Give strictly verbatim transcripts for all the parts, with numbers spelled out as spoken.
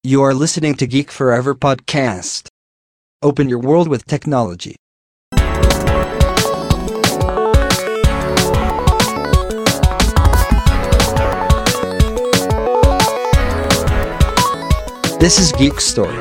You are listening to Geek Forever Podcast. Open your world with technology. This is Geek Story.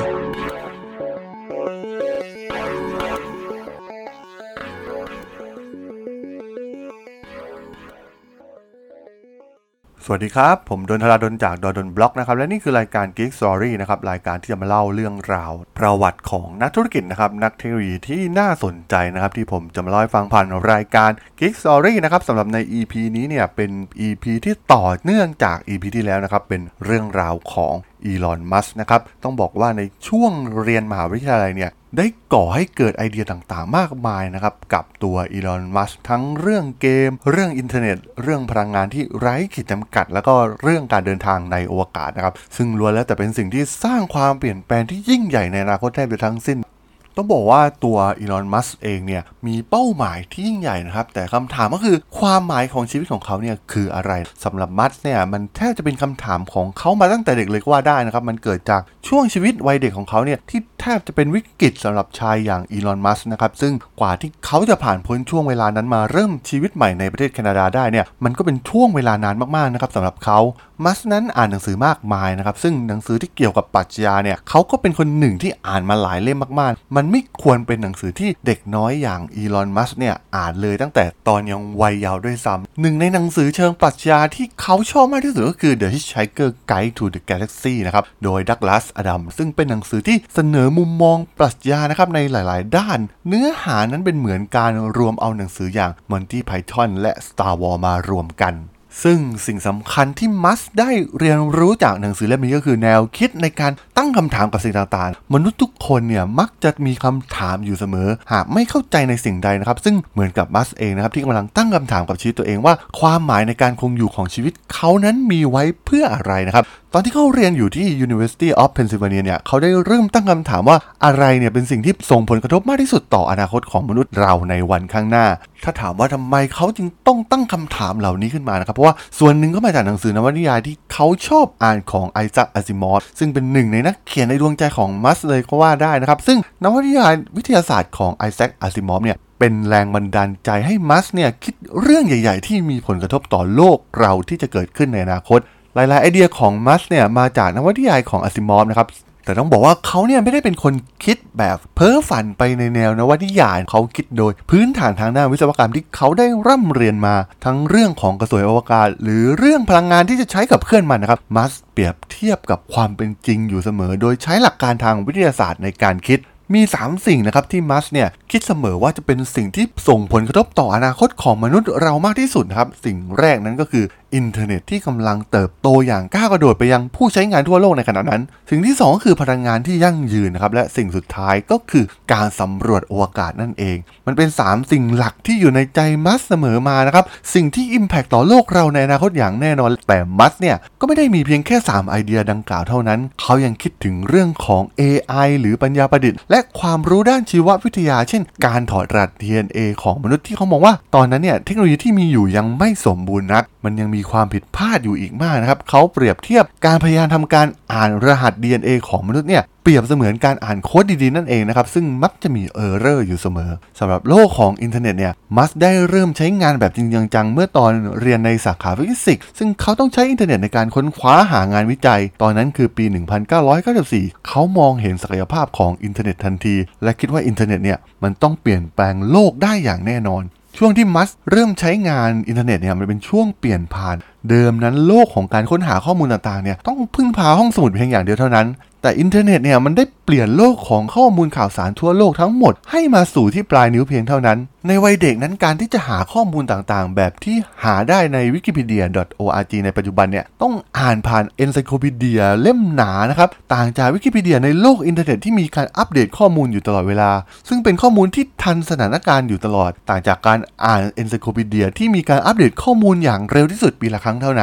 สวัสดีครับผมดนทราดลจากดนบล็อกนะครับและนี่คือรายการ Geek Story นะครับรายการที่จะมาเล่าเรื่องราวประวัติของนักธุรกิจนะครับนักเทคโนโลยีที่น่าสนใจนะครับที่ผมจะมาเล่าให้ฟังผ่านรายการ Geek Story นะครับสำหรับใน อี พี นี้เนี่ยเป็น อี พี ที่ต่อเนื่องจาก อี พี ที่แล้วนะครับเป็นเรื่องราวของอีลอนมัสก์นะครับต้องบอกว่าในช่วงเรียนมหาวิทยาลัยเนี่ยได้ก่อให้เกิดไอเดียต่างๆมากมายนะครับกับตัวอีลอนมัสก์ทั้งเรื่องเกมเรื่องอินเทอร์เน็ตเรื่องพลังงานที่ไร้ขีดจำกัดแล้วก็เรื่องการเดินทางในอวกาศนะครับซึ่งล้วนแล้วแต่เป็นสิ่งที่สร้างความเปลี่ยนแปลงที่ยิ่งใหญ่ในอนาคตแทบจะทั้งสิ้นต้องบอกว่าตัวอีลอนมัสก์เองเนี่ยมีเป้าหมายที่ยิ่งใหญ่นะครับแต่คำถามก็คือความหมายของชีวิตของเขาเนี่ยคืออะไรสำหรับมัสก์เนี่ยมันแทบจะเป็นคำถามของเขามาตั้งแต่เด็กเลยก็ว่าได้นะครับมันเกิดจากช่วงชีวิตวัยเด็กของเขาเนี่ยที่แทบจะเป็นวิกฤตสำหรับชายอย่างอีลอนมัสก์นะครับซึ่งกว่าที่เขาจะผ่านพ้นช่วงเวลานั้นมาเริ่มชีวิตใหม่ในประเทศแคนาดาได้เนี่ยมันก็เป็นช่วงเวลานานมากๆนะครับสำหรับเขามัสก์นั้นอ่านหนังสือมากมายนะครับซึ่งหนังสือที่เกี่ยวกับปรัชญาเนี่ยเขาก็เป็นคนหนึ่งที่อ่านมาหลายเล่มมากๆมันไม่ควรเป็นหนังสือที่เด็กน้อยอย่างอีลอนมัสก์เนี่ยอ่านเลยตั้งแต่ตอนยังวัยเยาว์ด้วยซ้ำหนึ่งในหนังสือเชิงปรัชญาที่เขาชอบมากที่สุดก็คือ The Hitchhiker's Guide to the Galaxy นะครับโดยดักลาสอดัมซึ่งเป็นหนังสือที่เสนอมุมมองปรัชญานะครับในหลายๆด้านเนื้อหานั้นเป็นเหมือนการรวมเอาหนังสืออย่าง Monty Python และ Star Wars มารวมกันซึ่งสิ่งสำคัญที่มัสได้เรียนรู้จากหนังสือเล่มนี้ก็คือแนวคิดในการตั้งคำถามกับสิ่งต่างๆมนุษย์ทุกคนเนี่ยมักจะมีคำถามอยู่เสมอหากไม่เข้าใจในสิ่งใดนะครับซึ่งเหมือนกับมัสเองนะครับที่กำลังตั้งคำถามกับชีวิตตัวเองว่าความหมายในการคงอยู่ของชีวิตเขานั้นมีไว้เพื่ออะไรนะครับตอนที่เขาเรียนอยู่ที่ University of Pennsylvania เนี่ยเขาได้เริ่มตั้งคำถามว่าอะไรเนี่ยเป็นสิ่งที่ส่งผลกระทบมากที่สุดต่ออนาคตของมนุษย์เราในวันข้างหน้าถ้าถามว่าทำไมเขาจึงต้องตั้งคำถามเหล่านี้ขึ้นมานะครับเพราะว่าส่วนหนึ่งก็มาจากหนังสือนวนิยายที่เขาชอบอ่านของไอแซค อาซิมอฟซึ่งเป็นหนึ่งในนักเขียนในดวงใจของมัสเลยก็ว่าได้นะครับซึ่งนวนิยายวิทยาศาสตร์ของไอแซค อาซิมอฟเนี่ยเป็นแรงบันดาลใจให้มัสเนี่ยคิดเรื่องใหญ่ๆที่มีผลกระทบต่อโลกเราที่จะเกิดขึ้นในอนาคตหลายๆไอเดียของมัสเนี่ยมาจากนวนิยายของอาซิมอฟนะครับแต่ต้องบอกว่าเขาเนี่ยไม่ได้เป็นคนคิดแบบเพ้อฝันไปในแนวนวนิยายเขาคิดโดยพื้นฐานทางด้านวิศวกรรมที่เขาได้ร่ำเรียนมาทั้งเรื่องของกระสวยอวกาศหรือเรื่องพลังงานที่จะใช้กับเคลื่อนมันนะครับมัสเปรียบเทียบกับความเป็นจริงอยู่เสมอโดยใช้หลักการทางวิทยาศาสตร์ในการคิดมีสามสิ่งนะครับที่มัสเนี่ยคิดเสมอว่าจะเป็นสิ่งที่ส่งผลกระทบต่ออนาคตของมนุษย์เรามากที่สุดครับสิ่งแรกนั้นก็คืออินเทอร์เน็ตที่กำลังเติบโตอย่างก้าวกระโดดไปยังผู้ใช้งานทั่วโลกในขณะนั้นสิ่งที่สองก็คือพลังงานที่ยั่งยืนนะครับและสิ่งสุดท้ายก็คือการสำรวจอวกาศนั่นเองมันเป็นสามสิ่งหลักที่อยู่ในใจมัสเสมอมานะครับสิ่งที่ impact ต่อโลกเราในอนาคตอย่างแน่นอนแต่มัสเนี่ยก็ไม่ได้มีเพียงแค่สามไอเดียดังกล่าวเท่านั้นเขายังคิดถึงเรื่องของ เอ ไอ หรือปัญญาประดิษฐ์และความรู้ด้านชีววิทยาเช่นการถอดรหัส ดี เอ็น เอ ของมนุษย์ที่เขามองว่าตอนนั้นเนี่ยเทคโนโลยีที่มีอยู่ยังไม่สมบูรณ์นักมันยังมีความผิดพลาดอยู่อีกมากนะครับเขาเปรียบเทียบการพยายามทำการอ่านรหัส ดี เอ็น เอ ของมนุษย์เนี่ยเปรียบเสมือนการอ่านโค้ดดีๆนั่นเองนะครับซึ่งมักจะมีเออร์เรอร์อยู่เสมอสำหรับโลกของอินเทอร์เน็ตเนี่ยมัสได้เริ่มใช้งานแบบจริงจังเมื่อตอนเรียนในสาขาฟิสิกส์ซึ่งเขาต้องใช้อินเทอร์เน็ตในการค้นคว้าหางานวิจัยตอนนั้นคือปีหนึ่งพันเก้าร้อยเก้าสิบสี่เขามองเห็นศักยภาพของอินเทอร์เน็ตทันทีและคิดว่าอินเทอร์เน็ตเนี่ยมันต้องเปลี่ยนแปลงโลกได้อย่างแน่นอนช่วงที่มัสเริ่มใช้งานอินเทอร์เน็ตเนี่ยมันเป็นช่วงเปลี่ยนผ่านเดิมนั้นโลกของการค้นหาข้อมูลต่างๆเนี่ยต้องพึ่งพาห้องสมุดเพียงอย่างเดียวเท่านั้นแต่อินเทอร์เน็ตเนี่ยมันได้เปลี่ยนโลกของข้อมูลข่าวสารทั่วโลกทั้งหมดให้มาสู่ที่ปลายนิ้วเพียงเท่านั้นในวัยเด็กนั้นการที่จะหาข้อมูลต่างๆแบบที่หาได้ใน วิกิพีเดีย ดอท โอ อาร์ จี ในปัจจุบันเนี่ยต้องอ่านผ่าน Encyclopedia เล่มหนานะครับต่างจากวิกิพีเดียในโลกอินเทอร์เน็ตที่มีการอัปเดตข้อมูลอยู่ตลอดเวลาซึ่งเป็นข้อมูลที่ทันสถานการณ์อยู่ตลอดต่างจากการอ่าน Encyclopedia ที่มีการอัปเดตข้อมูลอย่างเร็วที่สุดปีละครั้งเท่านั้น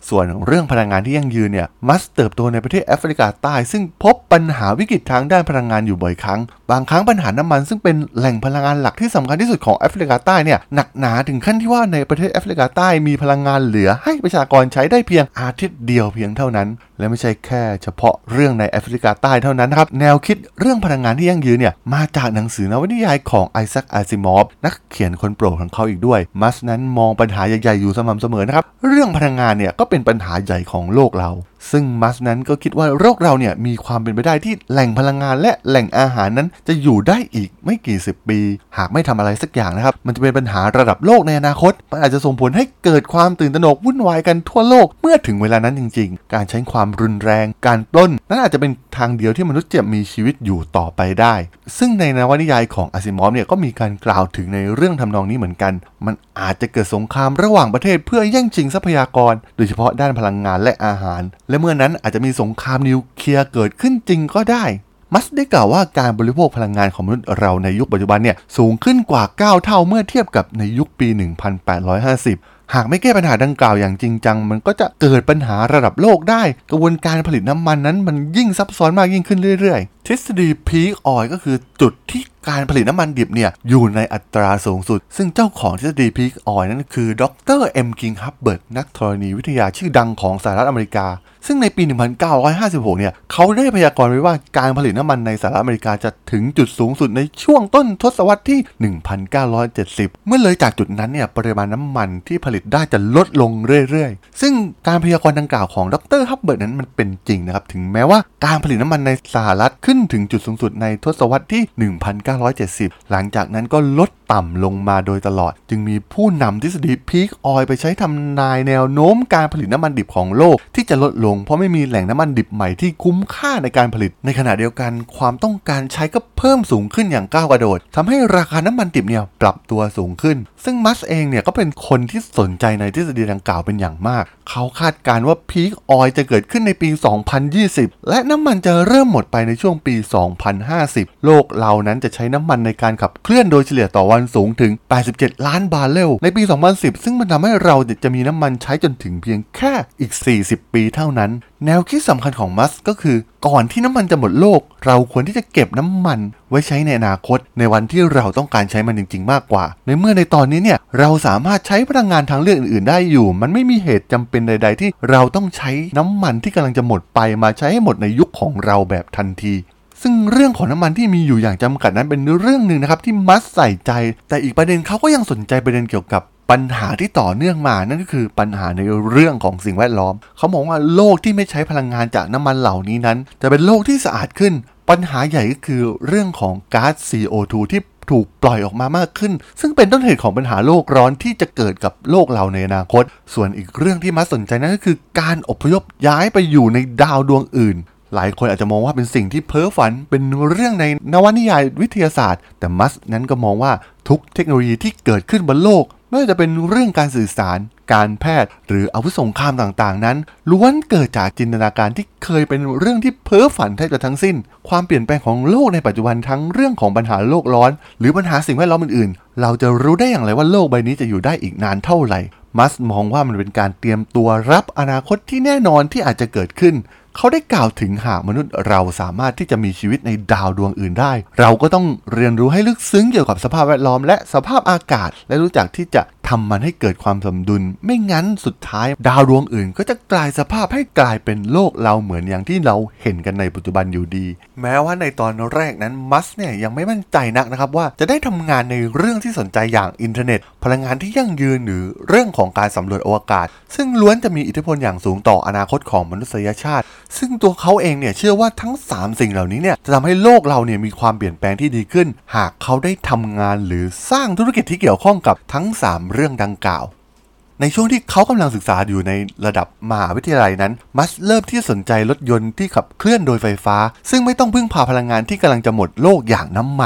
ส่วนเรื่องพลังงานที่ยั่งยืนเนี่ยมัสเติบโตในประเทศแอฟริกาใต้ซึ่งพบปัญหาวิกฤตทางด้านพลังงานอยู่บ่อยครั้งบางครั้งปัญหาน้ำมันซึ่งเป็นแหล่งพลังงานหลักที่สำคัญที่สุดของแอฟริกาใต้เนี่ยหนักหนาถึงขั้นที่ว่าในประเทศแอฟริกาใต้มีพลังงานเหลือให้ประชากรใช้ได้เพียงอาทิตย์เดียวเพียงเท่านั้นและไม่ใช่แค่เฉพาะเรื่องในแอฟริกาใต้เท่านั้นนะครับแนวคิดเรื่องพลังงานที่ยั่งยืนเนี่ยมาจากหนังสือนวนิยายของไอแซค อาซิมอฟนักเขียนคนโปรดของเขาอีกด้วยมัสนั้นมองปัญหาใหญ่ๆอยู่สม่ำเสมอนะครับเรื่องพลังงานเนี่ยก็เป็นปัญหาใหญ่ของโลกเราซึ่งมัสนั้นก็คิดว่าโลกเราเนี่ยมีความเป็นไปได้ที่แหล่งพลังงานและแหล่งอาหารนั้นจะอยู่ได้อีกไม่กี่สิบปีหากไม่ทำอะไรสักอย่างนะครับมันจะเป็นปัญหาระดับโลกในอนาคตมันอาจจะส่งผลให้เกิดความตื่นตระหนกวุ่นวายกันทั่วโลกเมื่อถึงเวลานั้นจริงๆการใช้ความรุนแรงการปล้นนั้นอาจจะเป็นทางเดียวที่มนุษย์จะมีชีวิตอยู่ต่อไปได้ซึ่งในนวนิยายของอาซิมอฟเนี่ยก็มีการกล่าวถึงในเรื่องทำนองนี้เหมือนกันมันอาจจะเกิดสงครามระหว่างประเทศเพื่อแย่งชิงทรัพยากรโดยเฉพาะด้านพลังงานและอาหารและเมื่อนั้นอาจจะมีสงครามนิวเคลียร์เกิดขึ้นจริงก็ได้มัสได้กล่าวว่าการบริโภคพลังงานของมนุษย์เราในยุคปัจจุบันเนี่ยสูงขึ้นกว่าเก้าเท่าเมื่อเทียบกับในยุคปี หนึ่งพันแปดร้อยห้าสิบ หากไม่แก้ปัญหาดังกล่าวอย่างจริงจังมันก็จะเกิดปัญหาระดับโลกได้กระบวนการผลิตน้ำมันนั้นมันยิ่งซับซ้อนมากยิ่งขึ้นเรื่อยๆทฤษฎีพีคออยล์ก็คือจุดที่การผลิตน้ำมันดิบเนี่ยอยู่ในอัตราสูงสุดซึ่งเจ้าของทฤษฎีพีคออยล์นั้นคือดรเอ็มคิงฮับเบิร์ตนักธรณีวิทยาชื่อดังของสหรัฐอเมริกาซึ่งในปี หนึ่งพันเก้าร้อยห้าสิบหก เนี่ยเขาได้พยากรณ์ไว้ว่าการผลิตน้ำมันในสหรัฐอเมริกาจะถึงจุดสูงสุดในช่วงต้นทศวรรษที่ หนึ่งพันเก้าร้อยเจ็ดสิบ เมื่อเลยจากจุดนั้นเนี่ยปริมาณน้ำมันที่ผลิตได้จะลดลงเรื่อยๆซึ่งการพยากรณ์ดังกล่าวของดรฮับเบิร์ตนั้นมันเป็นจริงนะครับถึงแม้ว่าการผลิตน้ำมันในสหรัฐขึ้นถึงจุดสูงสุดในทศวรรษที่ หนึ่งพันเก้าร้อยเจ็ดสิบ หลังจากนั้นก็ลดต่ำลงมาโดยตลอดจึงมีผู้นำทฤษฎีพีคออยล์ไปใช้ทำนายแนวโน้มการผลิตน้ำมันดิบของโลกที่จะลดลงเพราะไม่มีแหล่งน้ำมันดิบใหม่ที่คุ้มค่าในการผลิตในขณะเดียวกันความต้องการใช้ก็เพิ่มสูงขึ้นอย่างก้าวกระโดดทำให้ราคาน้ำมันดิบเนี่ยปรับตัวสูงขึ้นซึ่งมัสเองเนี่ยก็เป็นคนที่สนใจในทฤษฎีดังกล่าวเป็นอย่างมากเขาคาดการณ์ว่าพีคออยล์จะเกิดขึ้นในปี สองพันยี่สิบ และน้ำมันจะเริ่มหมดไปในช่วงปี สองพันห้าสิบ โลกเรานั้นจะใช้น้ำมันในการขับเคลื่อนโดยเฉลี่ยต่อวันสูงถึงแปดสิบเจ็ดล้านบาร์เรลในปี สองพันสิบ ซึ่งมันทำให้เราจะมีน้ำมันใช้จนถึงเพียงแค่อีกสี่สิบปีเท่านั้นแนวคิดสำคัญของมัสก็คือก่อนที่น้ำมันจะหมดโลกเราควรที่จะเก็บน้ำมันไว้ใช้ในอนาคตในวันที่เราต้องการใช้มันจริงๆมากกว่าในเมื่อในตอนนี้เนี่ยเราสามารถใช้พลังงานทางเลือกอื่นๆได้อยู่มันไม่มีเหตุจำเป็นใดๆที่เราต้องใช้น้ำมันที่กำลังจะหมดไปมาใช้ให้หมดในยุคของเราแบบทันทีซึ่งเรื่องของน้ำมันที่มีอยู่อย่างจำกัดนั้นเป็นเรื่องหนึ่งนะครับที่มัสใส่ใจแต่อีกประเด็นเขาก็ยังสนใจประเด็นเกี่ยวกับปัญหาที่ต่อเนื่องมานั่นก็คือปัญหาในเรื่องของสิ่งแวดล้อมเขามองว่าโลกที่ไม่ใช้พลังงานจากน้ำมันเหล่านี้นั้นจะเป็นโลกที่สะอาดขึ้นปัญหาใหญ่ก็คือเรื่องของก๊าซ ซี โอ ทู ที่ถูกปล่อยออกมามากขึ้นซึ่งเป็นต้นเหตุของปัญหาโลกร้อนที่จะเกิดกับโลกเราในอนาคตส่วนอีกเรื่องที่มัสสนใจนั่นก็คือการอพยพย้ายไปอยู่ในดาวดวงอื่นหลายคนอาจจะมองว่าเป็นสิ่งที่เพ้อฝันเป็นเรื่องในนวนิยายวิทยาศาสตร์แต่มัสนั้นก็มองว่าทุกเทคโนโลยีที่เกิดขึ้นบนโลกไม่ว่าจะเป็นเรื่องการสื่อสารการแพทย์หรืออาวุธสงครามต่างๆนั้นล้วนเกิดจากจินตนาการที่เคยเป็นเรื่องที่เพ้อฝันแทบจะทั้งสิ้นความเปลี่ยนแปลงของโลกในปัจจุบันทั้งเรื่องของปัญหาโลกร้อนหรือปัญหาสิ่งแวดล้อมอื่นๆเราจะรู้ได้อย่างไรว่าโลกใบนี้จะอยู่ได้อีกนานเท่าไหร่มัสมองว่ามันเป็นการเตรียมตัวรับอนาคตที่แน่นอนที่อาจจะเกิดขึ้นเขาได้กล่าวถึงหากมนุษย์เราสามารถที่จะมีชีวิตในดาวดวงอื่นได้เราก็ต้องเรียนรู้ให้ลึกซึ้งเกี่ยวกับสภาพแวดล้อมและสภาพอากาศและรู้จักที่จะทำมันให้เกิดความสมดุลไม่งั้นสุดท้ายดาวดวงอื่นก็จะกลายสภาพให้กลายเป็นโลกเราเหมือนอย่างที่เราเห็นกันในปัจจุบันอยู่ดีแม้ว่าในตอนแรกนั้นมัสเนี่ยยังไม่มั่นใจนักนะครับว่าจะได้ทำงานในเรื่องที่สนใจอย่างอินเทอร์เน็ตพลังงานที่ยั่งยืนหรือเรื่องของการสำรวจอวกาศซึ่งล้วนจะมีอิทธิพลอย่างสูงต่ออนาคตของมนุษยชาติซึ่งตัวเขาเองเนี่ยเชื่อว่าทั้งสามสิ่งเหล่านี้เนี่ยจะทำให้โลกเราเนี่ยมีความเปลี่ยนแปลงที่ดีขึ้นหากเขาได้ทำงานหรือสร้างธุรกิจที่เกี่ยวข้องกับทั้งสามเรื่องดังกล่าวในช่วงที่เขากำลังศึกษาอยู่ในระดับมหาวิทยาลัยนั้นมัสเริ่มที่สนใจรถยนต์ที่ขับเคลื่อนโดยไฟฟ้าซึ่งไม่ต้องพึ่งพาพลังงานที่กำลังจะหมดโลกอย่างน้ำมัน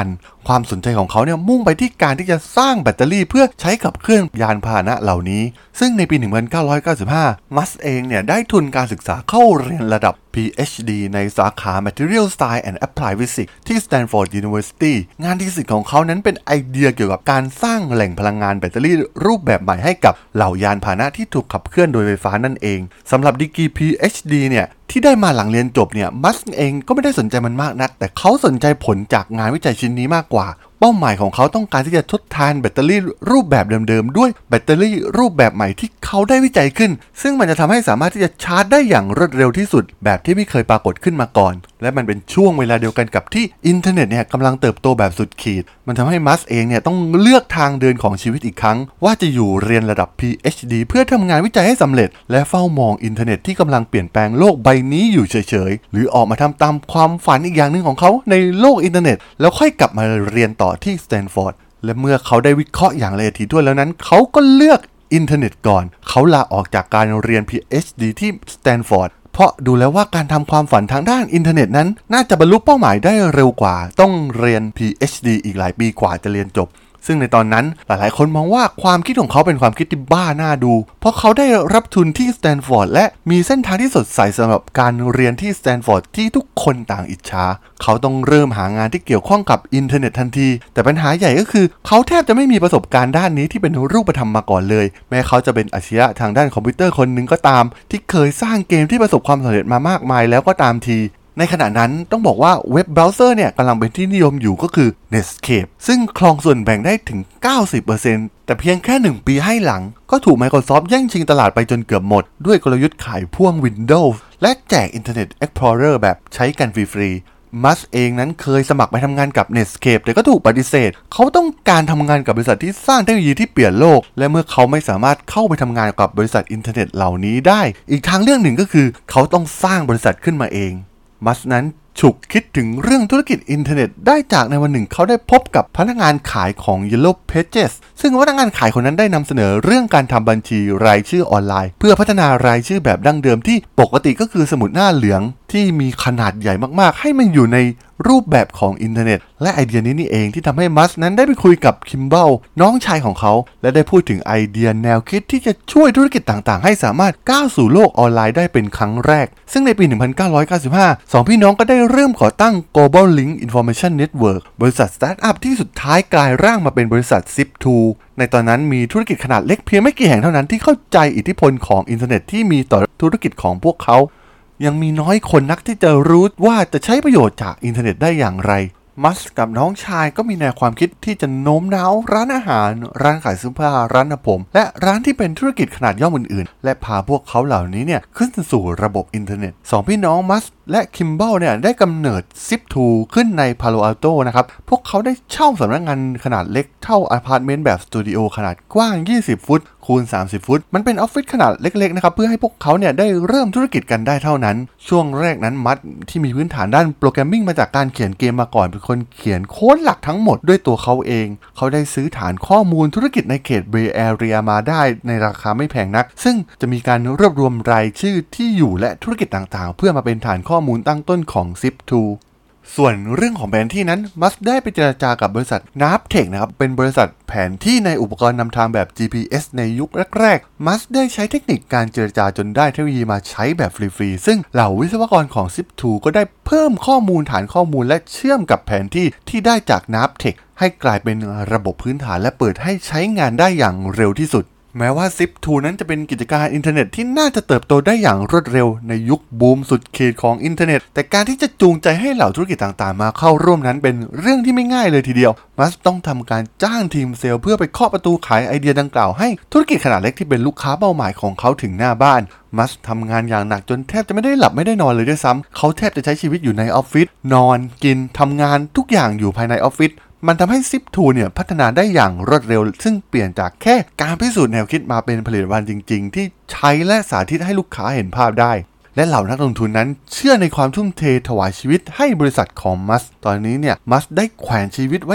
ความสนใจของเขาเนี่ยมุ่งไปที่การที่จะสร้างแบตเตอรี่เพื่อใช้ขับเคลื่อนยานพาหนะเหล่านี้ซึ่งในปีหนึ่งพันเก้าร้อยเก้าสิบห้ามัสเองเนี่ยได้ทุนการศึกษาเข้าเรียนระดับ พี เอช ดี ในสาขา Material Science and Applied Physics ที่ Stanford University งานทีสิทธิ์ของเขานั้นเป็นไอเดียเกี่ยวกับการสร้างแหล่งพลังงานแบตเตอรี่รูปแบบใหม่ให้กับเหล่ายานพาหนะที่ถูกขับเคลื่อนโดยไฟฟ้านั่นเองสำหรับดีกรี พี เอช ดี เนี่ยที่ได้มาหลังเรียนจบเนี่ยมัสเองก็ไม่ได้สนใจมันมากนักแต่เขาสนใจผลจากงานวิจัยชิ้นนี้มากกว่าเป้าหมายของเขาต้องการที่จะทดแทนแบตเตอรี่รูปแบบเดิมๆด้วยแบตเตอรี่รูปแบบใหม่ที่เขาได้วิจัยขึ้นซึ่งมันจะทำให้สามารถที่จะชาร์จได้อย่างรวดเร็วที่สุดแบบที่ไม่เคยปรากฏขึ้นมาก่อนและมันเป็นช่วงเวลาเดียวกันกับที่อินเทอร์เน็ตเนี่ยกำลังเติบโตแบบสุดขีดมันทำให้มัสเองเนี่ยต้องเลือกทางเดินของชีวิตอีกครั้งว่าจะอยู่เรียนระดับ พี เอช ดี เพื่อทำงานวิจัยให้สำเร็จและเฝ้ามองอินเทอร์เน็ตที่กำลังเปลี่ยนแปลงโลกใบนี้อยู่เฉยๆหรือออกมาทำตามความฝันอีกอย่างหนึ่งของเขาในโลกอินเทอร์เน็ตแล้วค่อยกลับมาเรียนต่อที่สแตนฟอร์ดและเมื่อเขาได้วิเคราะห์อย่างละเอียดถี่ถ้วนแล้วนั้นเขาก็เลือกอินเทอร์เน็ตก่อนเขาลาออกจากการเรียน พี เอช ดี ที่สแตนฟอร์ดเพราะดูแล้วว่าการทำความฝันทางด้านอินเทอร์เน็ตนั้นน่าจะบรรลุเป้าหมายได้เร็วกว่าต้องเรียน พี เอช ดี อีกหลายปีกว่าจะเรียนจบซึ่งในตอนนั้นหลายๆคนมองว่าความคิดของเขาเป็นความคิดที่บ้าหน้าดูเพราะเขาได้รับทุนที่สแตนฟอร์ดและมีเส้นทางที่สดใสสำหรับการเรียนที่สแตนฟอร์ดที่ทุกคนต่างอิจฉาเขาต้องเริ่มหางานที่เกี่ยวข้องกับอินเทอร์เน็ตทันทีแต่ปัญหาใหญ่ก็คือเขาแทบจะไม่มีประสบการณ์ด้านนี้ที่เป็นรูปธรรมมาก่อนเลยแม้เขาจะเป็นอัจฉริยะทางด้านคอมพิวเตอร์คนหนึ่งก็ตามที่เคยสร้างเกมที่ประสบความสำเร็จมามากมายแล้วก็ตามทีในขณะนั้นต้องบอกว่าเว็บเบราว์เซอร์เนี่ยกำลังเป็นที่นิยมอยู่ก็คือ Netscape ซึ่งครองส่วนแบ่งได้ถึง เก้าสิบเปอร์เซ็นต์ แต่เพียงแค่หนึ่งปีให้หลังก็ถูก Microsoft แย่งชิงตลาดไปจนเกือบหมดด้วยกลยุทธ์ขายพ่วง Windows และแจก Internet Explorer แบบใช้กันฟรีๆมัสเองนั้นเคยสมัครไปทำงานกับ Netscape แต่ก็ถูกปฏิเสธเขาต้องการทำงานกับบริษัทที่สร้างเทคโนโลยีที่เปลี่ยนโลกและเมื่อเขาไม่สามารถเข้าไปทำงานกับบริษัทอินเทอร์เน็ตเหล่านี้ได้อีกทางเลือกหนึ่งก็คือเขาต้องสร้างบริษัทขึ้นมาเองมัสนั้นฉุกคิดถึงเรื่องธุรกิจอินเทอร์เน็ตได้จากในวันหนึ่งเขาได้พบกับพนักงานขายของ Yellow Pages ซึ่งพนักงานขายคนนั้นได้นำเสนอเรื่องการทำบัญชีรายชื่อออนไลน์เพื่อพัฒนารายชื่อแบบดั้งเดิมที่ปกติก็คือสมุดหน้าเหลืองที่มีขนาดใหญ่มากๆให้มันอยู่ในรูปแบบของอินเทอร์เน็ตและไอเดียนี้นี่เองที่ทำให้มัสนั้นได้ไปคุยกับคิมเบิลน้องชายของเขาและได้พูดถึงไอเดียแนวคิดที่จะช่วยธุรกิจต่างๆให้สามารถก้าวสู่โลกออนไลน์ได้เป็นครั้งแรกซึ่งในปี หนึ่งพันเก้าร้อยเก้าสิบห้า สองพี่น้องก็ได้เริ่มก่อตั้ง Global Link Information Network บริษัทสตาร์ทอัพที่สุดท้ายกลายร่างมาเป็นบริษัท ซิป ทู ในตอนนั้นมีธุรกิจขนาดเล็กเพียงไม่กี่แห่งเท่านั้นที่เข้าใจอิทธิพลของอินเทอร์เน็ตที่มีต่อธุรกิจของพวกเขายังมีน้อยคนนักที่จะรู้ว่าจะใช้ประโยชน์จากอินเทอร์เน็ตได้อย่างไรมัสกับน้องชายก็มีแนวความคิดที่จะโน้มน้าวร้านอาหารร้านขายเสื้อผ้าร้านน้ำผมและร้านที่เป็นธุรกิจขนาดย่อมอื่นๆและพาพวกเขาเหล่านี้เนี่ยขึ้นสู่ระบบอินเทอร์เน็ตสองพี่น้องมัสและคิมเบิลเนี่ยได้กำเนิด ซิป ทู ขึ้นในพาโลอัลโตนะครับพวกเขาได้เช่าสำนักงานขนาดเล็กเช่าอพาร์ตเมนต์แบบสตูดิโอขนาดกว้างยี่สิบฟุตคูณสามสิบฟุตมันเป็นออฟฟิศขนาดเล็กๆนะครับเพื่อให้พวกเขาเนี่ยได้เริ่มธุรกิจกันได้เท่านั้นช่วงแรกนั้นมัสที่มีพื้นฐานด้านโปรแกรมมิ่งมาจากการเขียนเกมมาก่อนเป็นคนเขียนโค้ดหลักทั้งหมดด้วยตัวเขาเองเขาได้ซื้อฐานข้อมูลธุรกิจในเขตเบย์แอเรียมาได้ในราคาไม่แพงนักซึ่งจะมีการรวบรวมรายชื่อที่อยู่และธุรกิจต่างๆเพื่อมาเป็นฐานข้อมูลตั้งต้นของ ซิป ทู ส่วนเรื่องของแผนที่นั้นมัสได้ไปเจรจากับบริษัท นาฟ เทค นะครับเป็นบริษัทแผนที่ในอุปกรณ์นำทางแบบ จี พี เอส ในยุคแรกๆมัสได้ใช้เทคนิคการเจรจาจนได้เทคโนโลยีมาใช้แบบฟรีๆซึ่งเหล่าวิศวกรของ ซิป ทู ก็ได้เพิ่มข้อมูลฐานข้อมูลและเชื่อมกับแผนที่ที่ได้จาก นาฟ เทค ให้กลายเป็นระบบพื้นฐานและเปิดให้ใช้งานได้อย่างเร็วที่สุดแม้ว่า ซิป ทู นั้นจะเป็นกิจการอินเทอร์เน็ตที่น่าจะเติบโตได้อย่างรวดเร็วในยุคบูมสุดเขตของอินเทอร์เน็ตแต่การที่จะจูงใจให้เหล่าธุรกิจต่างๆมาเข้าร่วมนั้นเป็นเรื่องที่ไม่ง่ายเลยทีเดียวมัสต้องทำการจ้างทีมเซลล์เพื่อไปเคาะประตูขายไอเดียดังกล่าวให้ธุรกิจขนาดเล็กที่เป็นลูกค้าเป้าหมายของเขาถึงหน้าบ้านมัสทำงานอย่างหนักจนแทบจะไม่ได้หลับไม่ได้นอนเลยด้วยซ้ำเขาแทบจะใช้ชีวิตอยู่ในออฟฟิศนอนกินทำงานทุกอย่างอยู่ภายในออฟฟิศมันทำให้ ซิป ทู เนี่ยพัฒนาได้อย่างรวดเร็วซึ่งเปลี่ยนจากแค่การพิสูจน์แนวคิดมาเป็นผลิตภัณฑ์จริงๆที่ใช้และสาธิตให้ลูกค้าเห็นภาพได้และเหล่านักลงทุนนั้นเชื่อในความทุ่มเทถวายชีวิตให้บริษัทของมัสตอนนี้เนี่ยมัสได้แขวนชีวิตไว้กับ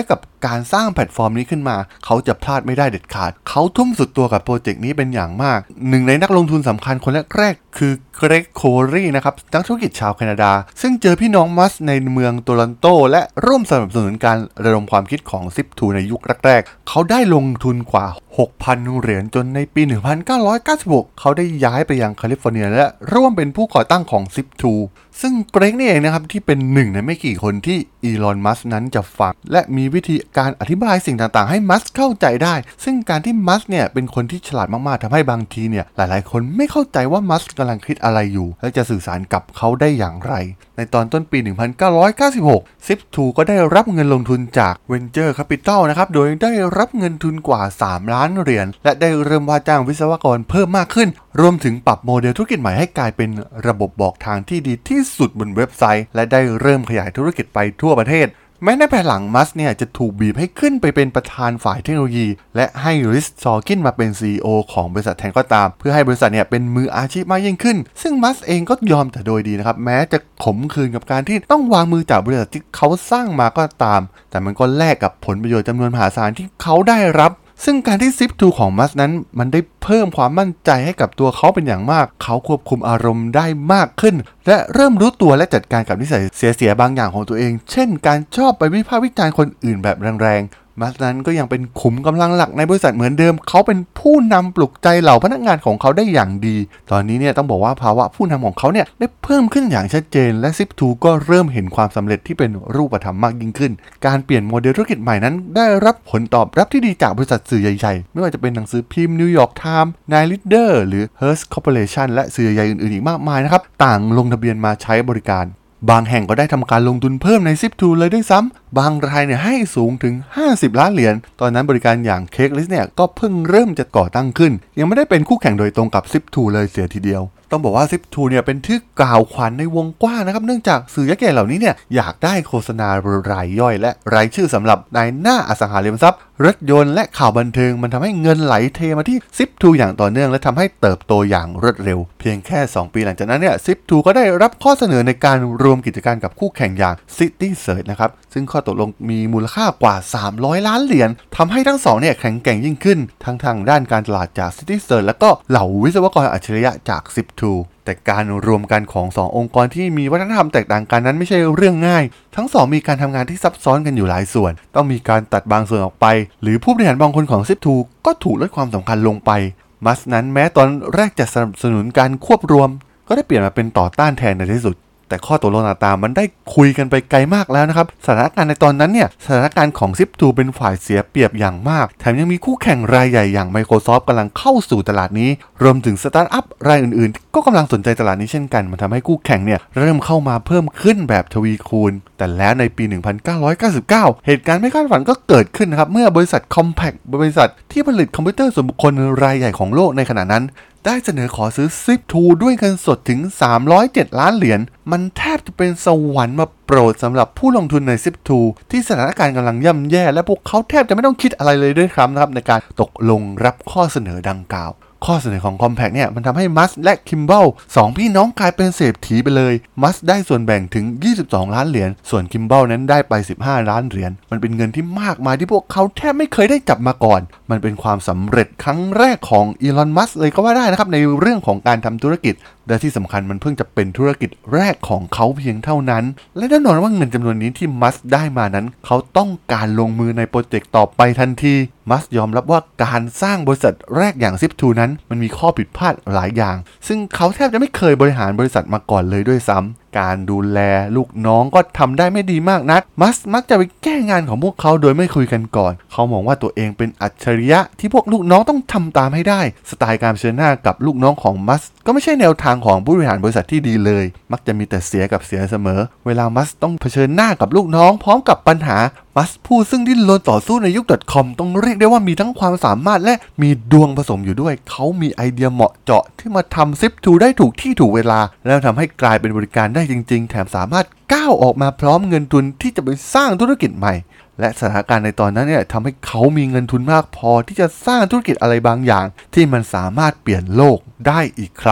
การสร้างแพลตฟอร์มนี้ขึ้นมาเขาจะพลาดไม่ได้เด็ดขาดเขาทุ่มสุดตัวกับโปรเจกต์นี้เป็นอย่างมากหนึ่งในนักลงทุนสำคัญคนแรกๆคือเกรกโครีนะครับนักธุรกิจชาวแคนาดาซึ่งเจอพี่น้องมัสในเมืองโตรอนโตและร่วมสนับสนุนการระดมความคิดของ ซิป ทู ในยุคแรกๆเขาได้ลงทุนกว่า หกพัน เหรียญจนในปี หนึ่งพันเก้าร้อยเก้าสิบหก เขาได้ย้ายไปยังแคลิฟอร์เนียและร่วมเป็นผู้ก่อตั้งของ ซิป ทู ซึ่งเกรกนี่เองนะครับที่เป็นหนึ่งในไม่กี่คนที่อีลอนมัสก์นั้นจะฟังและมีวิธีการอธิบายสิ่งต่างๆให้มัสก์เข้าใจได้ซึ่งการที่มัสก์เนี่ยเป็นคนที่ฉลาดมากๆทำให้บางทีเนี่ยหลายๆคนไม่เข้าใจว่ามัสก์กำลังคิดอะไรอยู่และจะสื่อสารกับเขาได้อย่างไรในตอนต้นปี หนึ่งพันเก้าร้อยเก้าสิบหก ซิป ทู ก็ได้รับเงินลงทุนจาก Venture Capital นะครับโดยได้รับเงินทุนกว่าสามล้านเหรียญและได้เริ่มว่าจ้างวิศวกรเพิ่มมากขึ้นรวมถึงปรับโมเดลธุรกิจใหม่ให้กลายเป็นระบบบอกทางที่ดีที่สุดบนเว็บไซต์และได้เริ่มขยายธุรกิจไปทั่วประเทศแม้ในภายหลังมัสก์เนี่ยจะถูกบีบให้ขึ้นไปเป็นประธานฝ่ายเทคโนโลยีและให้ริช ซอร์กินมาเป็น ซี อี โอ ของบริษัทแทนก็ตามเพื่อให้บริษัทเนี่ยเป็นมืออาชีพมากยิ่งขึ้นซึ่งมัสก์เองก็ยอมแต่โดยดีนะครับแม้จะขมขื่นกับการที่ต้องวางมือจากบริษัทที่เขาสร้างมาก็ตามแต่มันก็แลกกับผลประโยชน์จำนวนมหาศาลที่เขาได้รับซึ่งการที่ ซิป ทู ของมัสก์นั้นมันได้เพิ่มความมั่นใจให้กับตัวเขาเป็นอย่างมากเขาควบคุมอารมณ์ได้มากขึ้นและเริ่มรู้ตัวและจัดการกับนิสัยเสียๆบางอย่างของตัวเองเช่นการชอบไปวิพากษ์วิจารณ์คนอื่นแบบแรงๆมัสก์นั้นก็ยังเป็นขุมกำลังหลักในบริษัทเหมือนเดิมเขาเป็นผู้นำปลุกใจเหล่าพนักงานของเขาได้อย่างดีตอนนี้เนี่ยต้องบอกว่าภาวะผู้นำของเขาเนี่ยได้เพิ่มขึ้นอย่างชัดเจนและ ซิป ทู ก็เริ่มเห็นความสำเร็จที่เป็นรูปธรรมมากยิ่งขึ้นการเปลี่ยนโมเดลธุรกิจใหม่นั้นได้รับผลตอบรับที่ดีจากบริษัทสื่อใหญ่ๆไม่ว่าจะเป็นหนังสือพิมพ์นิวยอร์กไทม์ ไนน์ ลีดเดอร์ หรือ Hearst Corporation และสื่อใหญ่อื่นๆอีกมากมายนะครับต่างลงทะเบียนมาใช้บริการบางแห่งก็ได้ทำการลงทุนเพิ่มใน ซิป ทู เลยด้วยซ้ำบางรายเนี่ยให้สูงถึงห้าสิบล้านเหรียญตอนนั้นบริการอย่าง Craigslist เนี่ยก็เพิ่งเริ่มจะก่อตั้งขึ้นยังไม่ได้เป็นคู่แข่งโดยตรงกับ ซิป ทู เลยเสียทีเดียวต้องบอกว่า ซิป ทู เนี่ยเป็นที่กล่าวขวัญในวงกว้างนะครับเนื่องจากสื่อยักษ์ใหญ่เหล่านี้เนี่ยอยากได้โฆษณารายย่อยและรายชื่อสำหรับนายหน้าอสังหาริมทรัพย์รถยนต์และข่าวบันเทิงมันทำให้เงินไหลเทมาที่ ซิป ทู อย่างต่อเนื่องและทำให้เติบโตอย่างรวดเร็วเพียงแค่สองปีหลังจากนั้นเนี่ย ซิป ทู ก็ได้รับข้อเสนอในการรวมกิจการกับคู่แข่งอย่าง City Search นะครับซึ่งข้อตกลงมีมูลค่ากว่าสามร้อยล้านเหรียญทำให้ทั้งสองเนี่ยแข็งแกร่งยิ่งขึ้นทั้งทางด้านการตลาดจาก City Search และก็เหล่าวิศวกรอัจฉริยะจาก ซิป ทู แต่การรวมกันของสององค์กรที่มีวัฒนธรรมแตกต่างกันนั้นไม่ใช่เรื่องง่ายทั้งสองมีการทำงานที่ซับซ้อนกันอยู่หลายส่วนต้องมีการตัดบางส่วนออกไปหรือผู้บริหารบางคนของ ซิป ทู ก็ถูกลดความสำคัญลงไปมัสก์นั้นแม้ตอนแรกจะสนับสนุนการควบรวมก็ได้เปลี่ยนมาเป็นต่อต้านแทนในที่สุดแต่ข้อตกลงต่างๆมันได้คุยกันไปไกลมากแล้วนะครับสถานการณ์ในตอนนั้นเนี่ยสถานการณ์ของ ซิป ทู เป็นฝ่ายเสียเปรียบอย่างมากแถมยังมีคู่แข่งรายใหญ่อย่าง Microsoft กำลังเข้าสู่ตลาดนี้รวมถึงสตาร์ทอัพรายอื่นๆก็กำลังสนใจตลาดนี้เช่นกันมันทำให้คู่แข่งเนี่ยเริ่มเข้ามาเพิ่มขึ้นแบบทวีคูณแต่แล้วในปี หนึ่งพันเก้าร้อยเก้าสิบเก้า เหตุการณ์ไม่คาดฝันก็เกิดขึ้นนะครับเมื่อบริษัท Compaq บริษัทที่ผลิตคอมพิวเตอร์ส่วนบุคคลรายใหญ่ของโลกในขณะนั้นได้เสนอขอซื้อ ซิป ทู ด้วยเงินสดถึงสามร้อยเจ็ดล้านเหรียญมันแทบจะเป็นสวรรค์มาโปรดสำหรับผู้ลงทุนใน ซิป ทู ที่สถานการณ์กำลังย่ำแย่และพวกเขาแทบจะไม่ต้องคิดอะไรเลยด้วยครับนะครับในการตกลงรับข้อเสนอดังกล่าวข้อเสนอของ Compaq เนี่ยมันทำให้มัสก์และคิมเบิลสองพี่น้องกลายเป็นเศรษฐีไปเลยมัสก์ได้ส่วนแบ่งถึงยี่สิบสองล้านเหรียญส่วนคิมเบิลนั้นได้ไปสิบห้าล้านเหรียญมันเป็นเงินที่มากมายที่พวกเขาแทบไม่เคยได้จับมาก่อนมันเป็นความสำเร็จครั้งแรกของอีลอนมัสก์เลยก็ว่าได้นะครับในเรื่องของการทำธุรกิจและที่สำคัญมันเพิ่งจะเป็นธุรกิจแรกของเขาเพียงเท่านั้นและแน่นอนว่าเงินจำนวนนี้ที่มัสก์ได้มานั้นเขาต้องการลงมือในโปรเจกต์ต่อไปทันทีมัสก์ยอมรับว่าการสร้างบริษัทแรกอย่าง ซิป ทู นั้นมันมีข้อผิดพลาดหลายอย่างซึ่งเขาแทบจะไม่เคยบริหารบริษัทมาก่อนเลยด้วยซ้ำการดูแลลูกน้องก็ทำได้ไม่ดีมากนักมัสก์มักจะไปแก้งานของพวกเขาโดยไม่คุยกันก่อนเขามองว่าตัวเองเป็นอัจฉริยะที่พวกลูกน้องต้องทำตามให้ได้สไตล์การเผชิญหน้ากับลูกน้องของมัสก์ก็ไม่ใช่แนวทางของผู้บริหารบริษัทที่ดีเลยมักจะมีแต่เสียกับเสียเสมอเวลามัสก์ต้องเผชิญหน้ากับลูกน้องพร้อมกับปัญหามัสก์ผู้ซึ่งดิ้นรนต่อสู้ในยุค .com ต้องเรียกได้ว่ามีทั้งความสามารถและมีดวงผสมอยู่ด้วยเขามีไอเดียเหมาะเจาะที่มาทำ ซิป ทู ได้ถูกที่ถูกเวลาแล้วทำให้กลายเป็นบริการได้จริงๆแถมสามารถก้าวออกมาพร้อมเงินทุนที่จะไปสร้างธุรกิจใหม่และสถานการณ์ในตอนนั้นเนี่ยทำให้เขามีเงินทุนมากพอที่จะสร้างธุรกิจอะไรบางอย่างที่มันสามารถเปลี่ยนโลกได้อีกครั้ง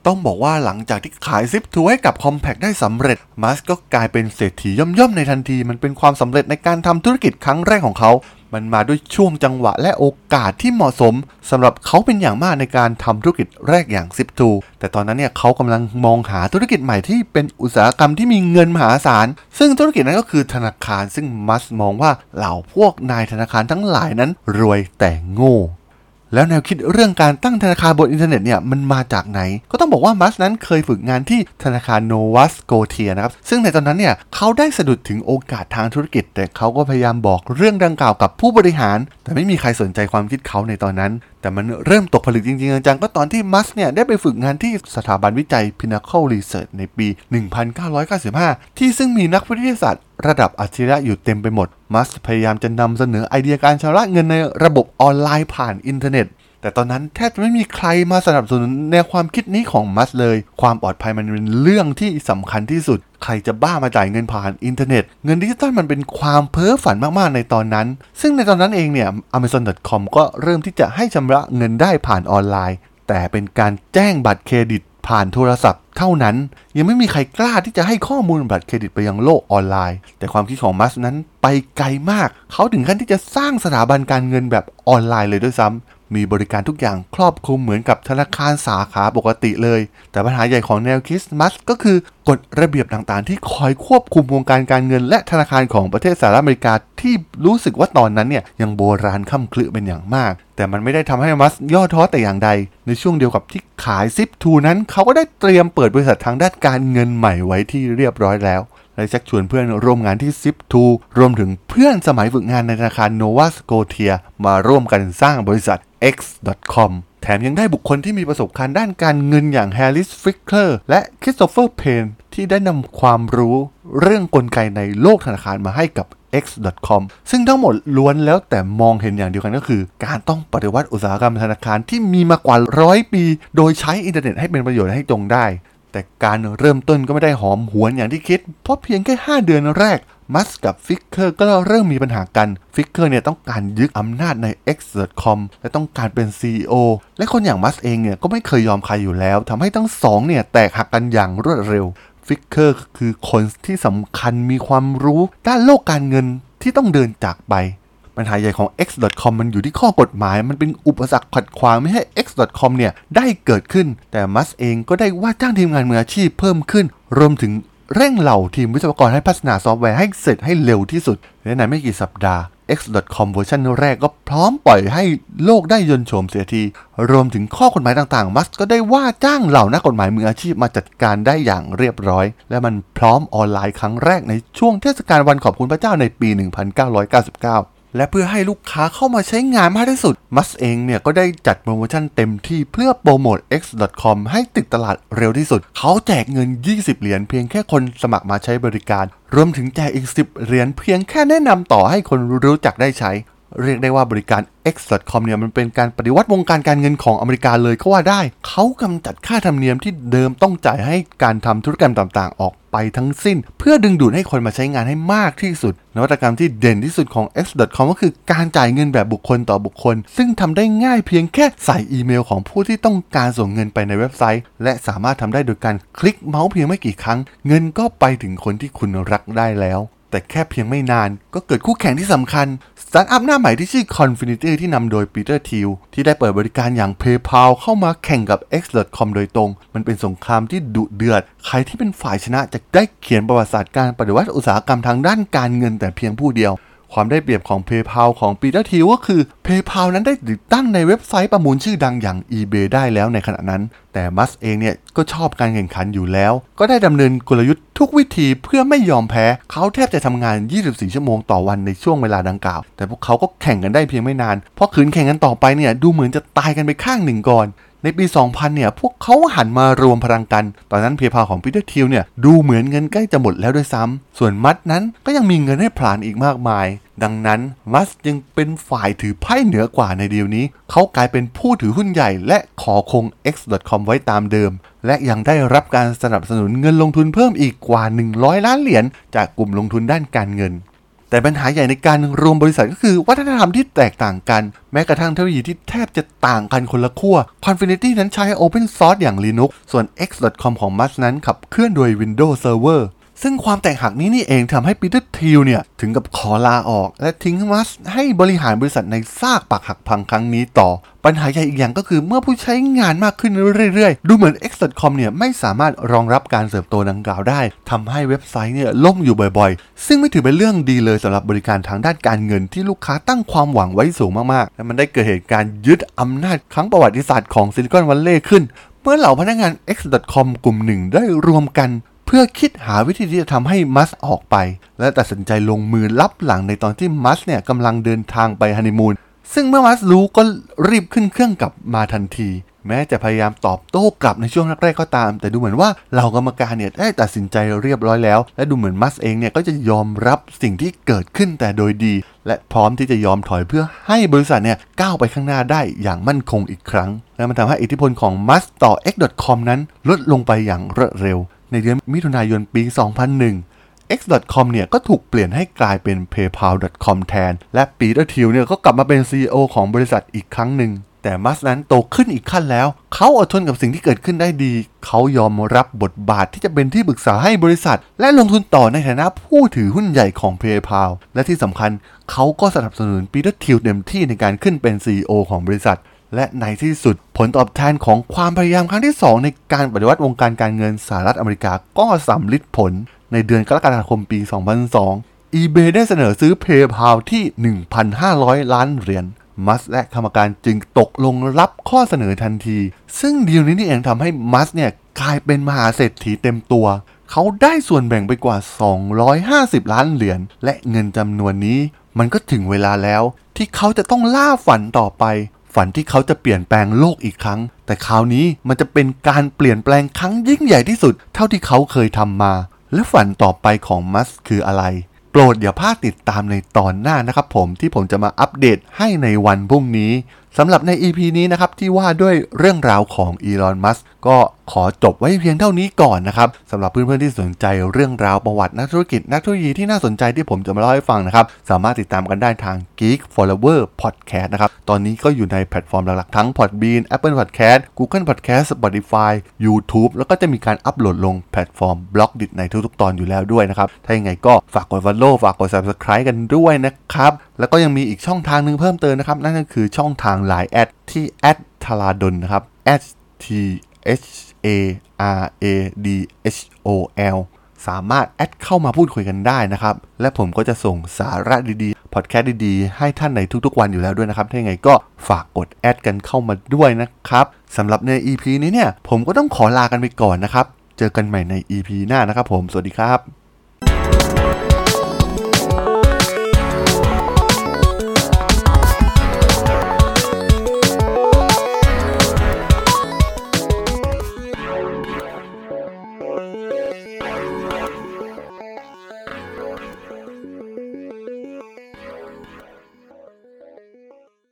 ต้องบอกว่าหลังจากที่ขาย ซิป ทู ให้กับ Compaq ได้สำเร็จมัสก์ก็กลายเป็นเศรษฐีย่อมๆในทันทีมันเป็นความสำเร็จในการทำธุรกิจครั้งแรกของเขามันมาด้วยช่วงจังหวะและโอกาสที่เหมาะสมสำหรับเขาเป็นอย่างมากในการทำธุรกิจแรกอย่าง ซิป ทู แต่ตอนนั้นเนี่ยเขากำลังมองหาธุรกิจใหม่ที่เป็นอุตสาหกรรมที่มีเงินมหาศาลซึ่งธุรกิจนั้นก็คือธนาคารซึ่งมัสก์มองว่าเหล่าพวกนายธนาคารทั้งหลายนั้นรวยแต่โง่แล้วแนวคิดเรื่องการตั้งธนาคารบนอินเทอร์เน็ตเนี่ยมันมาจากไหนก็ต้องบอกว่ามัสนั้นเคยฝึกงานที่ธนาคารโนวาสโกเทียนะครับซึ่งในตอนนั้นเนี่ยเขาได้สะดุดถึงโอกาสทางธุรกิจแต่เขาก็พยายามบอกเรื่องดังกล่าวกับผู้บริหารแต่ไม่มีใครสนใจความคิดเขาในตอนนั้นแต่มันเริ่มตกผลึกจริงๆจังๆก็ตอนที่มัสเนี่ยได้ไปฝึกงานที่สถาบันวิจัย Pinnacle Research ในปี หนึ่งพันเก้าร้อยเก้าสิบห้า ที่ซึ่งมีนักวิทยาศาสตร์ระดับอัจฉริยะอยู่เต็มไปหมดมัสพยายามจะนำเสนอไอเดียการชำระเงินในระบบออนไลน์ผ่านอินเทอร์เน็ตแต่ตอนนั้นแทบจะไม่มีใครมาสนับสนุนแนวความคิดนี้ของมัสเลยความปลอดภัยมันเป็นเรื่องที่สำคัญที่สุดใครจะบ้ามาจ่ายเงินผ่านอินเทอร์เน็ตเงินดิจิตอลมันเป็นความเพ้อฝันมากๆในตอนนั้นซึ่งในตอนนั้นเองเนี่ย อะแมซอน ดอท คอม ก็เริ่มที่จะให้ชำระเงินได้ผ่านออนไลน์แต่เป็นการแจ้งบัตรเครดิตผ่านโทรศัพท์เท่านั้นยังไม่มีใครกล้าที่จะให้ข้อมูลบัตรเครดิตไปยังโลกออนไลน์แต่ความคิดของมัสนั้นไปไกลมากเขาถึงขั้นที่จะสร้างสถาบันการเงินแบบออนไลน์เลยด้วยซ้ำมีบริการทุกอย่างครอบคลุมเหมือนกับธนาคารสาขาปกติเลยแต่ปัญหาใหญ่ของแนวคิดมัสก็คือกฎระเบียบต่างๆที่คอยควบคุมวงการการเงินและธนาคารของประเทศสหรัฐอเมริกาที่รู้สึกว่าตอนนั้นเนี่ยยังโบราณค่ำคลึเป็นอย่างมากแต่มันไม่ได้ทำให้มัสย่อท้อแต่อย่างใดในช่วงเดียวกับที่ขาย ซิป ทู นั้นเขาก็ได้เตรียมเปิดบริษัททางด้านการเงินใหม่ไว้ที่เรียบร้อยแล้วและชักชวนเพื่อนร่วมงานที่ ซิป ทู รวมถึงเพื่อนสมัยฝึกงานในธนาคารโนวาสโกเทียมาร่วมกันสร้างบริษัท เอ็กซ์ ดอท คอม แถมยังได้บุคคลที่มีประสบการณ์ด้านการเงินอย่างแฮร์ริส ฟิกเกอร์และคริสโตเฟอร์ เพนที่ได้นำความรู้เรื่องกลไกในโลกธนาคารมาให้กับ เอ็กซ์ ดอท คอม ซึ่งทั้งหมดล้วนแล้วแต่มองเห็นอย่างเดียวกันก็คือการต้องปฏิวัติอุตสาหกรรมธนาคารที่มีมากว่าร้อยปีโดยใช้อินเทอร์เน็ตให้เป็นประโยชน์ให้จงได้แต่การเริ่มต้นก็ไม่ได้หอมหวนอย่างที่คิดเพราะเพียงแค่ห้าเดือนแรกมัสกับฟิกเกอร์ก็เริ่มมีปัญหากันฟิกเกอร์เนี่ยต้องการยึดอำนาจใน เอ็กซ์ ดอท คอม และต้องการเป็น ซี อี โอ และคนอย่างมัสเองเนี่ยก็ไม่เคยยอมใครอยู่แล้วทำให้ทั้งสองเนี่ยแตกหักกันอย่างรวดเร็วฟิกเกอร์คือคนที่สำคัญมีความรู้ด้านโลกการเงินที่ต้องเดินจากไปปัญหาใหญ่ของ เอ็กซ์ ดอท คอม มันอยู่ที่ข้อกฎหมายมันเป็นอุปสรรคขัดขวางไม่ให้ เอ็กซ์ ดอท คอม เนี่ยได้เกิดขึ้นแต่มัสเองก็ได้ว่าจ้างทีมงานมืออาชีพเพิ่มขึ้นรวมถึงเร่งเหล่าทีมวิศวกรให้พัฒนาซอฟต์แวร์ให้เสร็จให้เร็วที่สุดและในไม่กี่สัปดาห์ เอ็กซ์ ดอท คอม เวอร์ชันแรกก็พร้อมปล่อยให้โลกได้ยนต์โฉมเสียทีรวมถึงข้อกฎหมายต่างๆมัสก็ได้ว่าจ้างเหล่านักกฎหมายมืออาชีพมาจัดการได้อย่างเรียบร้อยและมันพร้อมออนไลน์ครั้งแรกในช่วงเทศกาลวันขอบคุณพระเจ้าในปี หนึ่งพันเก้าร้อยเก้าสิบเก้าและเพื่อให้ลูกค้าเข้ามาใช้งานมากที่สุดมัสเองเนี่ยก็ได้จัดโปรโมชั่นเต็มที่เพื่อโปรโมท เอ็กซ์ ดอท คอม ให้ติดตลาดเร็วที่สุดเขาแจกเงินยี่สิบเหรียญเพียงแค่คนสมัครมาใช้บริการรวมถึงแจกอีกสิบเหรียญเพียงแค่แนะนำต่อให้คนรู้จักได้ใช้เรียกได้ว่าบริการ เอ็กซ์ ดอท คอม เนี่ยมันเป็นการปฏิวัติวงการการเงินของอเมริกาเลยก็ว่าได้เขากำจัดค่าธรรมเนียมที่เดิมต้องจ่ายให้การทำธุรกรรมต่างๆออกไปทั้งสิ้นเพื่อดึงดูดให้คนมาใช้งานให้มากที่สุดนวัตกรรมที่เด่นที่สุดของ เอ็กซ์ ดอท คอม ก็คือการจ่ายเงินแบบบุคคลต่อบุคคลซึ่งทำได้ง่ายเพียงแค่ใส่อีเมลของผู้ที่ต้องการส่งเงินไปในเว็บไซต์และสามารถทำได้โดยการคลิกเมาส์เพียงไม่กี่ครั้งเงินก็ไปถึงคนที่คุณรักได้แล้วแต่แค่เพียงไม่นานก็เกิดคู่แข่งที่สำคัญสตาร์ทอัพหน้าใหม่ที่ชื่อ Confinity ที่นำโดยปีเตอร์ทิลที่ได้เปิดบริการอย่าง PayPal เข้ามาแข่งกับ เอ็กซ์ ดอท คอม โดยตรงมันเป็นสงครามที่ดุเดือดใครที่เป็นฝ่ายชนะจะได้เขียนประวัติศาสตร์การปฏิวัติอุตสาหกรรมทางด้านการเงินแต่เพียงผู้เดียวความได้เปรียบของ PayPal ของปีเตอร์ทิลก็คือ PayPal นั้นได้ติดตั้งในเว็บไซต์ประมูลชื่อดังอย่าง eBay ได้แล้วในขณะนั้นแต่มัสเองเนี่ยก็ชอบการแข่งขันอยู่แล้วก็ได้ดำเนินกลยุทธ์ทุกวิธีเพื่อไม่ยอมแพ้เขาแทบจะทำงานยี่สิบสี่ชั่วโมงต่อวันในช่วงเวลาดังกล่าวแต่พวกเขาก็แข่งกันได้เพียงไม่นานเพราะขืนแข่งกันต่อไปเนี่ยดูเหมือนจะตายกันไปข้างหนึ่งก่อนในปี สองพัน เนี่ยพวกเขาหันมารวมพลังกันตอนนั้น PayPal ของปีเตอร์ทิลเนี่ยดูเหมือนเงินใกล้จะหมดแล้วด้วยซ้ำส่วนมัสนั้นก็ยังมีเงินให้ผลาญอีกมากมายดังนั้นมัสยังเป็นฝ่ายถือไพ่เหนือกว่าในดีลนี้เขากลายเป็นผู้ถือหุ้นใหญ่และขอคง เอ็กซ์ ดอท คอม ไว้ตามเดิมและยังได้รับการสนับสนุนเงินลงทุนเพิ่มอีกกว่าหนึ่งร้อยล้านเหรียญจากกลุ่มลงทุนด้านการเงินแต่ปัญหาใหญ่ในการรวมบริษัทก็คือวัฒนธรรมที่แตกต่างกันแม้กระทั่งเทคโนโลยีที่แทบจะต่างกันคนละขั้ว Confinity นั้นใช้ Open Source อย่าง Linux ส่วน เอ็กซ์ ดอท คอม ของ Musk นั้นขับเคลื่อนโดย Windows Server ซึ่งความแตกหักนี้นี่เองทำให้ปีเตอร์ทิลเนี่ยถึงกับขอลาออกและทิ้งมัสให้บริหารบริษัทในซากปรักหักพังครั้งนี้ต่อปัญหาใหญ่อีกอย่างก็คือเมื่อผู้ใช้งานมากขึ้นเรื่อยๆดูเหมือน เอ็กซ์ ดอท คอม เนี่ยไม่สามารถรองรับการเติบโตดังกล่าวได้ทำให้เว็บไซต์เนี่ยล่มอยู่บ่อยๆซึ่งไม่ถือเป็นเรื่องดีเลยสำหรับบริการทางด้านการเงินที่ลูกค้าตั้งความหวังไว้สูงมากๆและมันได้เกิดเหตุการณ์ยึดอำนาจครั้งประวัติศาสตร์ของซิลิคอนวัลเลย์ขึ้นเมื่อเหล่าพนักงาน เอ็กซ์ ดอท คอม กลุ่มหนึ่งได้รวมกันเพื่อคิดหาวิธีที่จะทำให้มัสออกไปและตัดสินใจลงมือลับหลังในตอนที่มัสเนี่ยกำลังเดินทางไปฮันนีมูนซึ่งเมื่อมัสรู้ก็รีบขึ้นเครื่องกลับมาทันทีแม้จะพยายามตอบโต้กลับในช่วงแรกๆก็ตามแต่ดูเหมือนว่าเหล่ากรรมการเนี่ยได้ตัดสินใจเรียบร้อยแล้วและดูเหมือนมัสเองเนี่ยก็จะยอมรับสิ่งที่เกิดขึ้นแต่โดยดีและพร้อมที่จะยอมถอยเพื่อให้บริษัทเนี่ยก้าวไปข้างหน้าได้อย่างมั่นคงอีกครั้งและมันทำให้อิทธิพลของมัสต่อ เอ็กซ์ ดอท คอม นั้นลดลงไปอย่างรวดเร็วในเดือนมิถุนายนปี สองพันหนึ่ง เอ็กซ์ ดอท คอม เนี่ยก็ถูกเปลี่ยนให้กลายเป็น เพย์พาล ดอท คอม แทนและปีเตอร์ทิลเนี่ยก็กลับมาเป็น ซี อี โอ ของบริษัทอีกครั้งหนึ่งแต่มัสนั้นโตขึ้นอีกขั้นแล้วเขาอดทนกับสิ่งที่เกิดขึ้นได้ดีเขายอมรับบทบาทที่จะเป็นที่ปรึกษาให้บริษัทและลงทุนต่อในฐานะผู้ถือหุ้นใหญ่ของ PayPal และที่สำคัญเขาก็สนับสนุนปีเตอร์ทิลเต็มที่ในการขึ้นเป็น ซี อี โอ ของบริษัทและในที่สุดผลตอบแทนของความพยายามครั้งที่สองในการปฏิวัติวงการการเงินสหรัฐอเมริกาก็สำลิดผลในเดือนกรกฎาคมปี สองพันสอง eBay ได้เสนอซื้อ PayPal ที่ หนึ่งพันห้าร้อย ล้านเหรียญมัสและกรรมการจึงตกลงรับข้อเสนอทันทีซึ่งดีลนี้นี่เองทำให้มัสเนี่ยกลายเป็นมหาเศรษฐีเต็มตัวเขาได้ส่วนแบ่งไปกว่าสองร้อยห้าสิบล้านเหรียญและเงินจำนวนนี้มันก็ถึงเวลาแล้วที่เขาจะต้องล่าฝันต่อไปฝันที่เขาจะเปลี่ยนแปลงโลกอีกครั้งแต่คราวนี้มันจะเป็นการเปลี่ยนแปลงครั้งยิ่งใหญ่ที่สุดเท่าที่เขาเคยทำมาและฝันต่อไปของมัสคืออะไรโปรดอย่าพลาดติดตามในตอนหน้านะครับผมที่ผมจะมาอัปเดตให้ในวันพรุ่งนี้สำหรับใน อี พี นี้นะครับที่ว่าด้วยเรื่องราวของอีลอนมัสก์ก็ขอจบไว้เพียงเท่านี้ก่อนนะครับสำหรับเพื่อนๆที่สนใจเรื่องราวประวัตินักธุรกิจนักเทคโนโลยีที่น่าสนใจที่ผมจะมาเล่าให้ฟังนะครับสามารถติดตามกันได้ทาง Geek Flower Podcast นะครับตอนนี้ก็อยู่ในแพลตฟอร์มหลักๆทั้ง Podbean Apple Podcast Google Podcast Spotify YouTube แล้วก็จะมีการอัปโหลดลงแพลตฟอร์ม Blogdit ในทุกๆตอนอยู่แล้วด้วยนะครับถ้ายังไงก็ฝากกด Follow ฝากกด Subscribe กันด้วยนะครับแล้วก็ยังมีอีกช่องทางนึงเพิ่มเติมนะครับนั่นก็คือช่องทาง ไลน์ แอด ที่ แอท ทาราดล นะครับ แอท ที เอช เอ อาร์ เอ ดี เอช โอ แอล สามารถแอดเข้ามาพูดคุยกันได้นะครับและผมก็จะส่งสาระดีๆพอดแคสต์ดีๆให้ท่านในทุกๆวันอยู่แล้วด้วยนะครับถ้าอย่างไรก็ฝากกดแอดกันเข้ามาด้วยนะครับสำหรับใน อี พี นี้เนี่ยผมก็ต้องขอลากันไปก่อนนะครับเจอกันใหม่ใน อี พี หน้านะครับผมสวัสดีครับ